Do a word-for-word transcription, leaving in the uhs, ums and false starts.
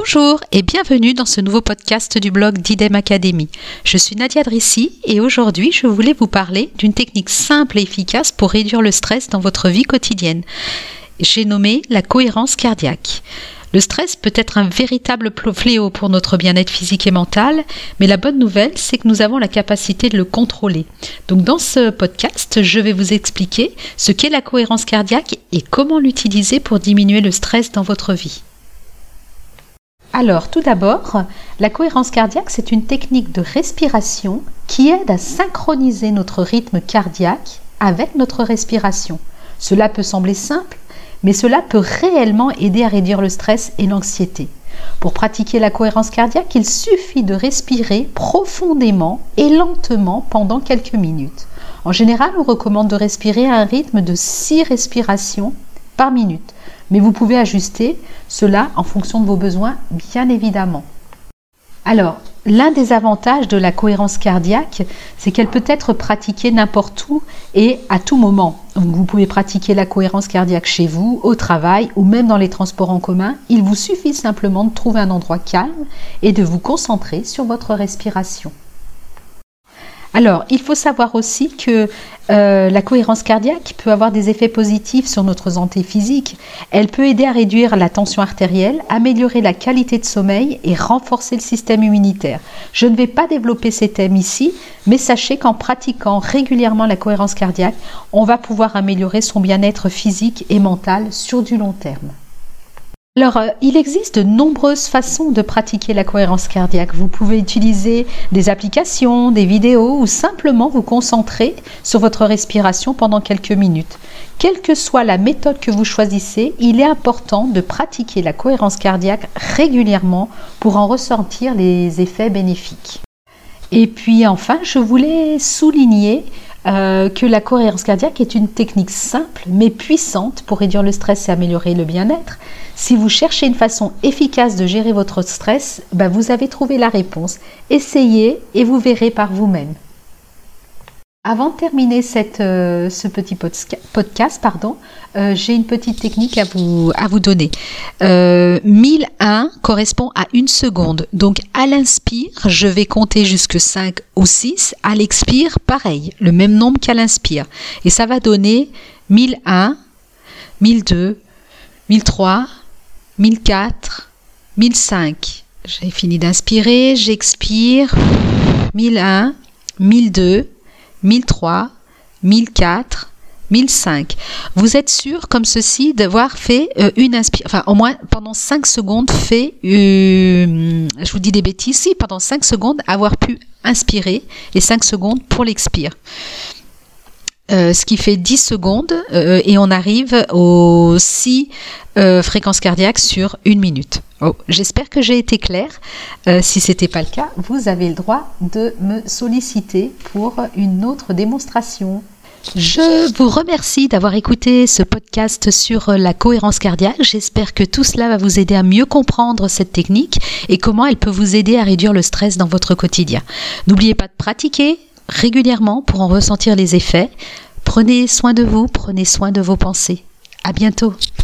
Bonjour et bienvenue dans ce nouveau podcast du blog d'Idem Academy. Je suis Nadia Drissi et aujourd'hui je voulais vous parler d'une technique simple et efficace pour réduire le stress dans votre vie quotidienne. J'ai nommé la cohérence cardiaque. Le stress peut être un véritable fléau pour notre bien-être physique et mental, mais la bonne nouvelle, c'est que nous avons la capacité de le contrôler. Donc dans ce podcast, je vais vous expliquer ce qu'est la cohérence cardiaque et comment l'utiliser pour diminuer le stress dans votre vie. Alors, tout d'abord, la cohérence cardiaque, c'est une technique de respiration qui aide à synchroniser notre rythme cardiaque avec notre respiration. Cela peut sembler simple, mais cela peut réellement aider à réduire le stress et l'anxiété. Pour pratiquer la cohérence cardiaque, il suffit de respirer profondément et lentement pendant quelques minutes. En général, on recommande de respirer à un rythme de six respirations par minute. Mais vous pouvez ajuster cela en fonction de vos besoins, bien évidemment. Alors, l'un des avantages de la cohérence cardiaque, c'est qu'elle peut être pratiquée n'importe où et à tout moment. Donc, vous pouvez pratiquer la cohérence cardiaque chez vous, au travail ou même dans les transports en commun. Il vous suffit simplement de trouver un endroit calme et de vous concentrer sur votre respiration. Alors, il faut savoir aussi que euh, la cohérence cardiaque peut avoir des effets positifs sur notre santé physique. Elle peut aider à réduire la tension artérielle, améliorer la qualité de sommeil et renforcer le système immunitaire. Je ne vais pas développer ces thèmes ici, mais sachez qu'en pratiquant régulièrement la cohérence cardiaque, on va pouvoir améliorer son bien-être physique et mental sur du long terme. Alors, euh, il existe de nombreuses façons de pratiquer la cohérence cardiaque. Vous pouvez utiliser des applications, des vidéos ou simplement vous concentrer sur votre respiration pendant quelques minutes. Quelle que soit la méthode que vous choisissez, il est important de pratiquer la cohérence cardiaque régulièrement pour en ressentir les effets bénéfiques. Et puis enfin, je voulais souligner Euh, que la cohérence cardiaque est une technique simple mais puissante pour réduire le stress et améliorer le bien-être. Si vous cherchez une façon efficace de gérer votre stress, ben vous avez trouvé la réponse. Essayez et vous verrez par vous-même. Avant de terminer cette, euh, ce petit podca- podcast, pardon, euh, j'ai une petite technique à vous, à vous donner. Euh, mille un correspond à une seconde. Donc, à l'inspire, je vais compter jusque cinq ou six. À l'expire, pareil, le même nombre qu'à l'inspire. Et ça va donner mille un, mille deux, mille trois, mille quatre, mille cinq. J'ai fini d'inspirer, j'expire. mille un, mille deux, mille trois, mille quatre, mille cinq. Vous êtes sûr, comme ceci, d'avoir fait euh, une inspiration, enfin au moins pendant cinq secondes, fait, euh, je vous dis des bêtises, si pendant cinq secondes, avoir pu inspirer et cinq secondes pour l'expire. Euh, ce qui fait dix secondes euh, et on arrive aux six euh, fréquences cardiaques sur une minute. Oh, j'espère que j'ai été claire. Euh, si ce n'était pas le cas, vous avez le droit de me solliciter pour une autre démonstration. Je vous remercie d'avoir écouté ce podcast sur la cohérence cardiaque. J'espère que tout cela va vous aider à mieux comprendre cette technique et comment elle peut vous aider à réduire le stress dans votre quotidien. N'oubliez pas de pratiquer régulièrement pour en ressentir les effets. Prenez soin de vous, prenez soin de vos pensées. À bientôt.